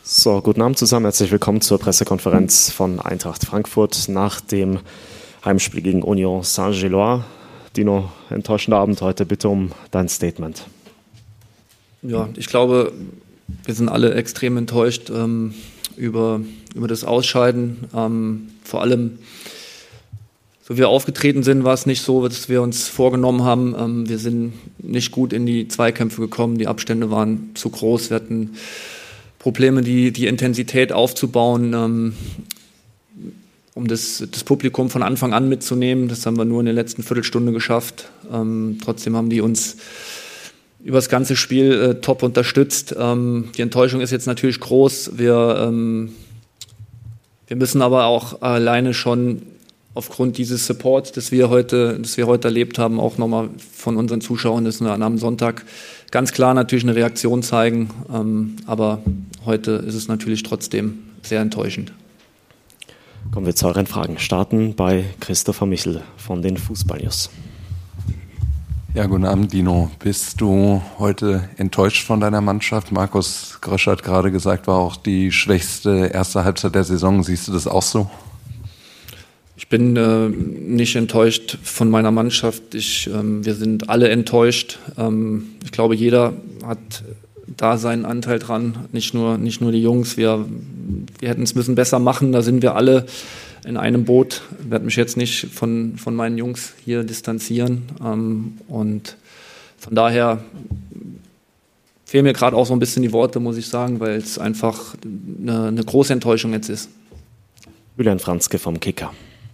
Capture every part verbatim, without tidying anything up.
So, guten Abend zusammen, herzlich willkommen zur Pressekonferenz von Eintracht Frankfurt nach dem Heimspiel gegen Union Saint-Gilloise. Dino, enttäuschender Abend heute, bitte um dein Statement. Ja, ich glaube, wir sind alle extrem enttäuscht ähm, über, über das Ausscheiden. Ähm, vor allem, so wie wir aufgetreten sind, war es nicht so, dass wir uns vorgenommen haben. Ähm, wir sind nicht gut in die Zweikämpfe gekommen, die Abstände waren zu groß, wir hatten Probleme, die, die Intensität aufzubauen, ähm, um das, das Publikum von Anfang an mitzunehmen. Das haben wir nur in der letzten Viertelstunde geschafft. Ähm, trotzdem haben die uns über das ganze Spiel äh, top unterstützt. Ähm, die Enttäuschung ist jetzt natürlich groß. Wir, ähm, wir müssen aber auch alleine schon aufgrund dieses Supports, das wir heute, das wir heute erlebt haben, auch nochmal von unseren Zuschauern, das am Sonntag ganz klar natürlich eine Reaktion zeigen. Ähm, aber heute ist es natürlich trotzdem sehr enttäuschend. Kommen wir zu euren Fragen. Starten bei Christopher Michel von den Fußball-News. Ja, guten Abend, Dino. Bist du heute enttäuscht von deiner Mannschaft? Markus Grösch hat gerade gesagt, war auch die schwächste erste Halbzeit der Saison. Siehst du das auch so? Ich bin äh, nicht enttäuscht von meiner Mannschaft. Ich, ähm, wir sind alle enttäuscht. Ähm, ich glaube, jeder hat da seinen Anteil dran, nicht nur, nicht nur die Jungs. Wir, wir hätten es müssen besser machen, da sind wir alle in einem Boot. Ich werde mich jetzt nicht von, von meinen Jungs hier distanzieren. Ähm, und von daher fehlen mir gerade auch so ein bisschen die Worte, muss ich sagen, weil es einfach eine, eine große Enttäuschung jetzt ist. Julian Franzke vom Kicker.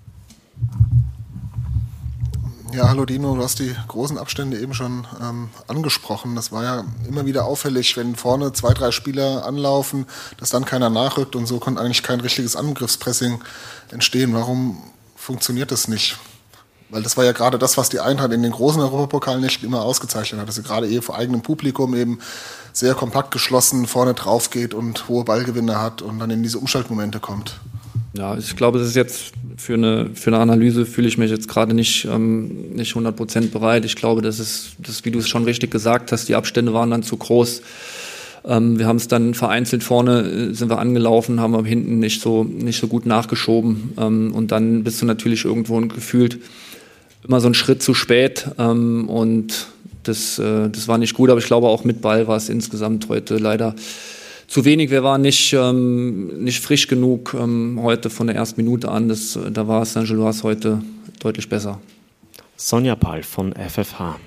Ja, hallo Dino, du hast die großen Abstände eben schon ähm, angesprochen. Das war ja immer wieder auffällig, wenn vorne zwei, drei Spieler anlaufen, dass dann keiner nachrückt und so konnte eigentlich kein richtiges Angriffspressing entstehen. Warum funktioniert das nicht? Weil das war ja gerade das, was die Eintracht in den großen Europapokalnächten immer ausgezeichnet hat, dass sie gerade eben vor eigenem Publikum eben sehr kompakt geschlossen vorne drauf geht und hohe Ballgewinne hat und dann in diese Umschaltmomente kommt. Ja, ich glaube, das ist jetzt für eine, für eine Analyse fühle ich mich jetzt gerade nicht, ähm, nicht hundert Prozent bereit. Ich glaube, das ist, das, wie du es schon richtig gesagt hast, die Abstände waren dann zu groß. Ähm, wir haben es dann vereinzelt vorne, äh, sind wir angelaufen, haben aber hinten nicht so, nicht so gut nachgeschoben. Ähm, und dann bist du natürlich irgendwo gefühlt immer so einen Schritt zu spät. Ähm, und das, äh, das war nicht gut, aber ich glaube, auch mit Ball war es insgesamt heute leider zu wenig. Wir waren nicht, ähm, nicht frisch genug ähm, heute von der ersten Minute an. Das, da war Saint-Gilloise heute deutlich besser. Sonja Pahl von F F H.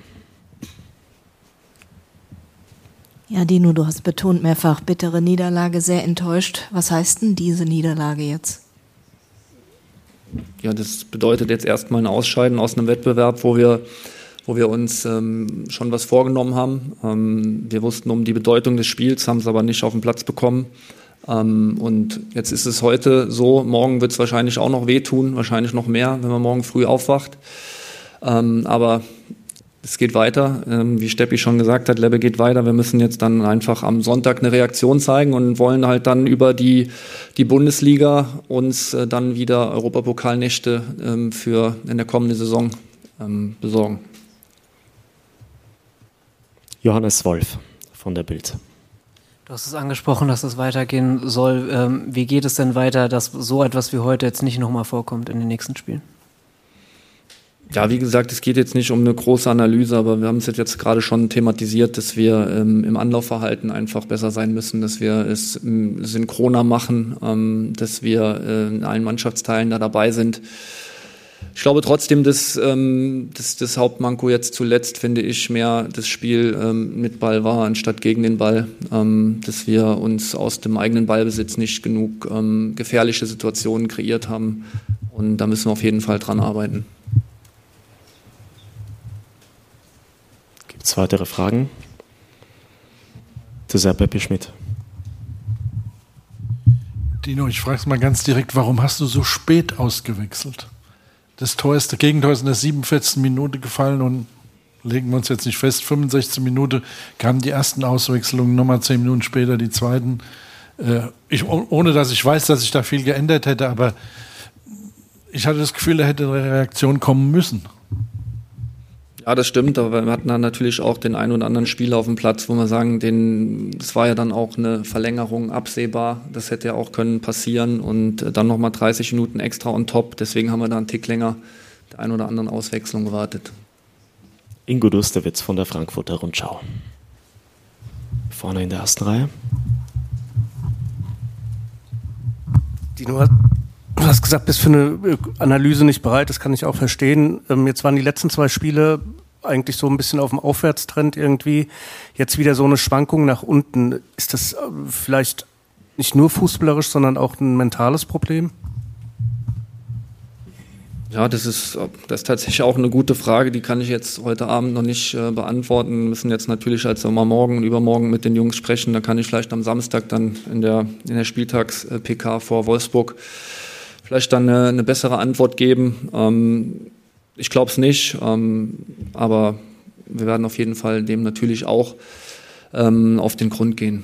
Ja, Dino, du hast betont mehrfach, bittere Niederlage, sehr enttäuscht. Was heißt denn diese Niederlage jetzt? Ja, das bedeutet jetzt erstmal ein Ausscheiden aus einem Wettbewerb, wo wir wo wir uns ähm, schon was vorgenommen haben. Ähm, wir wussten um die Bedeutung des Spiels, haben es aber nicht auf den Platz bekommen. Ähm, und jetzt ist es heute so, morgen wird es wahrscheinlich auch noch wehtun, wahrscheinlich noch mehr, wenn man morgen früh aufwacht. Ähm, aber es geht weiter, ähm, wie Steppi schon gesagt hat, Lebbe geht weiter. Wir müssen jetzt dann einfach am Sonntag eine Reaktion zeigen und wollen halt dann über die, die Bundesliga uns äh, dann wieder Europapokalnächte ähm, für in der kommenden Saison ähm, besorgen. Johannes Wolf von der Bild. Du hast es angesprochen, dass es weitergehen soll. Ähm, wie geht es denn weiter, dass so etwas wie heute jetzt nicht nochmal vorkommt in den nächsten Spielen? Ja, wie gesagt, es geht jetzt nicht um eine große Analyse, aber wir haben es jetzt gerade schon thematisiert, dass wir ähm, im Anlaufverhalten einfach besser sein müssen, dass wir es ähm, synchroner machen, ähm, dass wir äh, in allen Mannschaftsteilen da dabei sind. Ich glaube trotzdem, dass, ähm, dass das Hauptmanko jetzt zuletzt, finde ich, mehr das Spiel ähm, mit Ball war, anstatt gegen den Ball. Ähm, dass wir uns aus dem eigenen Ballbesitz nicht genug ähm, gefährliche Situationen kreiert haben. Und da müssen wir auf jeden Fall dran arbeiten. Gibt es weitere Fragen? Giuseppe Schmidt. Dino, ich frage es mal ganz direkt, warum hast du so spät ausgewechselt? Das Tor ist, das Gegentor ist in der siebenundvierzigsten Minute gefallen und legen wir uns jetzt nicht fest, fünfundsechzigsten Minute kamen die ersten Auswechslungen, nochmal zehn Minuten später die zweiten. Äh, ich, ohne dass ich weiß, dass sich da viel geändert hätte, aber ich hatte das Gefühl, da hätte eine Reaktion kommen müssen. Ja, das stimmt, aber wir hatten dann natürlich auch den einen oder anderen Spieler auf dem Platz, wo wir sagen, den, das war ja dann auch eine Verlängerung absehbar. Das hätte ja auch können passieren und dann nochmal dreißig Minuten extra on top. Deswegen haben wir da einen Tick länger der einen oder anderen Auswechslung gewartet. Ingo Dustewitz von der Frankfurter Rundschau. Vorne in der ersten Reihe. Dino, du hast gesagt, bist für eine Analyse nicht bereit, das kann ich auch verstehen. Jetzt waren die letzten zwei Spiele eigentlich so ein bisschen auf dem Aufwärtstrend irgendwie. Jetzt wieder so eine Schwankung nach unten. Ist das vielleicht nicht nur fußballerisch, sondern auch ein mentales Problem? Ja, das ist, das ist tatsächlich auch eine gute Frage, die kann ich jetzt heute Abend noch nicht äh, beantworten. Wir müssen jetzt natürlich als mal morgen und übermorgen mit den Jungs sprechen. Da kann ich vielleicht am Samstag dann in der, in der Spieltags-P K vor Wolfsburg vielleicht dann eine, eine bessere Antwort geben. Ähm, ich glaube es nicht, ähm, aber wir werden auf jeden Fall dem natürlich auch ähm, auf den Grund gehen.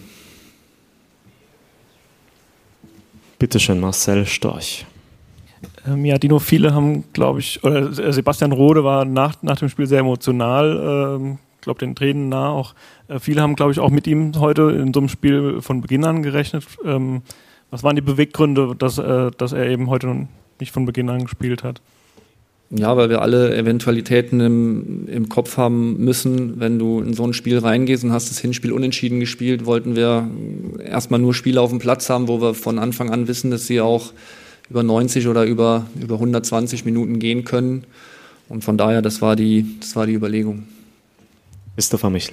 Bitte schön, Marcel Storch. Ja, Dino, viele haben, glaube ich, oder Sebastian Rode war nach, nach dem Spiel sehr emotional, ähm, glaube den Tränen nah auch. Äh, viele haben, glaube ich, auch mit ihm heute in so einem Spiel von Beginn an gerechnet. Ähm, was waren die Beweggründe, dass, äh, dass er eben heute nicht von Beginn an gespielt hat? Ja, weil wir alle Eventualitäten im, im Kopf haben müssen. Wenn du in so ein Spiel reingehst und hast das Hinspiel unentschieden gespielt, wollten wir erstmal nur Spieler auf dem Platz haben, wo wir von Anfang an wissen, dass sie auch über neunzig oder über, über hundertzwanzig Minuten gehen können. Und von daher, das war die, das war die Überlegung. Christopher Michel.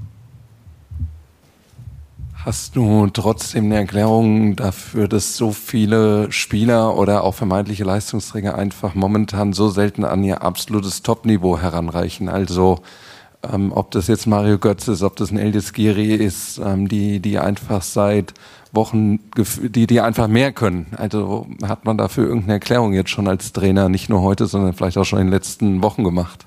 Hast du trotzdem eine Erklärung dafür, dass so viele Spieler oder auch vermeintliche Leistungsträger einfach momentan so selten an ihr absolutes Topniveau heranreichen? Also ähm, ob das jetzt Mario Götze ist, ob das ein Eldis Giri ist, ähm, die, die einfach seit Wochen, die, die einfach mehr können. Also hat man dafür irgendeine Erklärung jetzt schon als Trainer, nicht nur heute, sondern vielleicht auch schon in den letzten Wochen gemacht?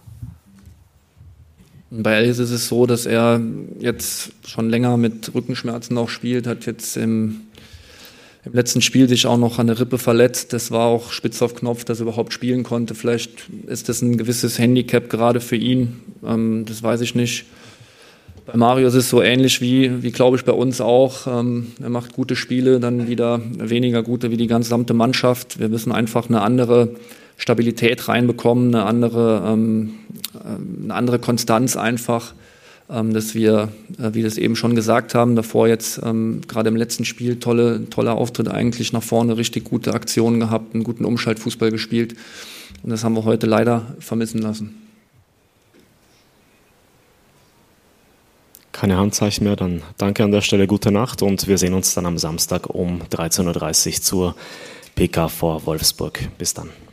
Bei Eldis ist es so, dass er jetzt schon länger mit Rückenschmerzen auch spielt, hat jetzt im, im letzten Spiel sich auch noch an der Rippe verletzt. Das war auch spitz auf Knopf, dass er überhaupt spielen konnte. Vielleicht ist das ein gewisses Handicap gerade für ihn, ähm, das weiß ich nicht. Bei Mario ist es so ähnlich wie, wie glaube ich, bei uns auch. Ähm, er macht gute Spiele, dann wieder weniger gute wie die gesamte Mannschaft. Wir müssen einfach eine andere Stabilität reinbekommen, eine andere, ähm, eine andere Konstanz einfach, ähm, dass wir, äh, wie das eben schon gesagt haben, davor jetzt ähm, gerade im letzten Spiel tolle, toller Auftritt eigentlich nach vorne, richtig gute Aktionen gehabt, einen guten Umschaltfußball gespielt. Und das haben wir heute leider vermissen lassen. Keine Handzeichen mehr, dann danke an der Stelle, gute Nacht und wir sehen uns dann am Samstag um dreizehn Uhr dreißig zur P K vor Wolfsburg. Bis dann.